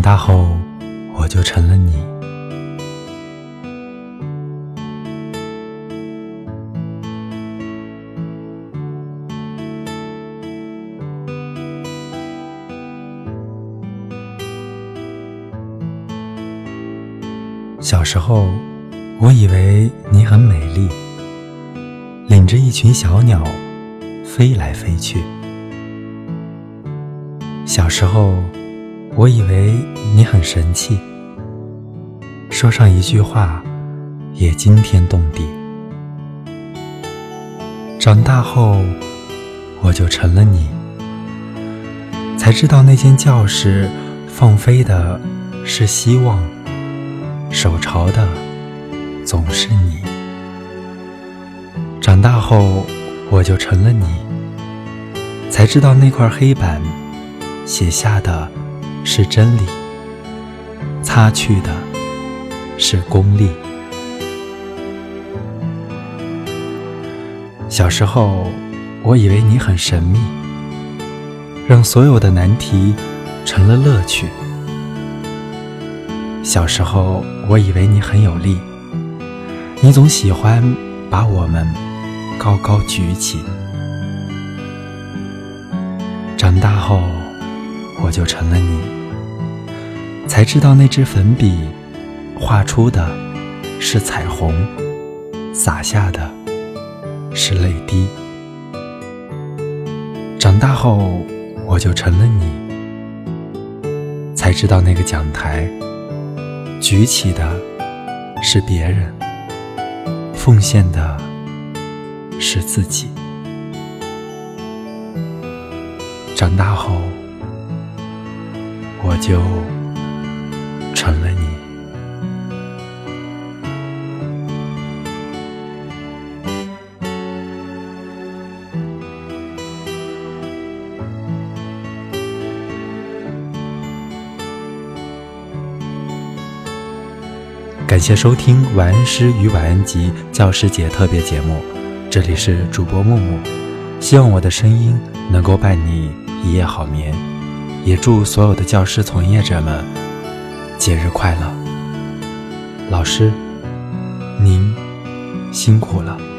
大后，我就成了你。小时候，我以为你很美丽，领着一群小鸟飞来飞去。小时候，我以为你很神气，说上一句话也惊天动地。长大后，我就成了你，才知道那间教室放飞的是希望，手潮的总是你。长大后，我就成了你，才知道那块黑板写下的是真理，擦去的是功利。小时候，我以为你很神秘，让所有的难题成了乐趣。小时候，我以为你很有力，你总喜欢把我们高高举起。长大后，我就成了你，才知道那支粉笔画出的是彩虹，洒下的是泪滴。长大后，我就成了你，才知道那个讲台举起的是别人，奉献的是自己。长大后，我就成了你。感谢收听晚安诗与晚安集教师节特别节目，这里是主播木木，希望我的声音能够伴你一夜好眠，也祝所有的教师从业者们节日快乐。老师，您辛苦了。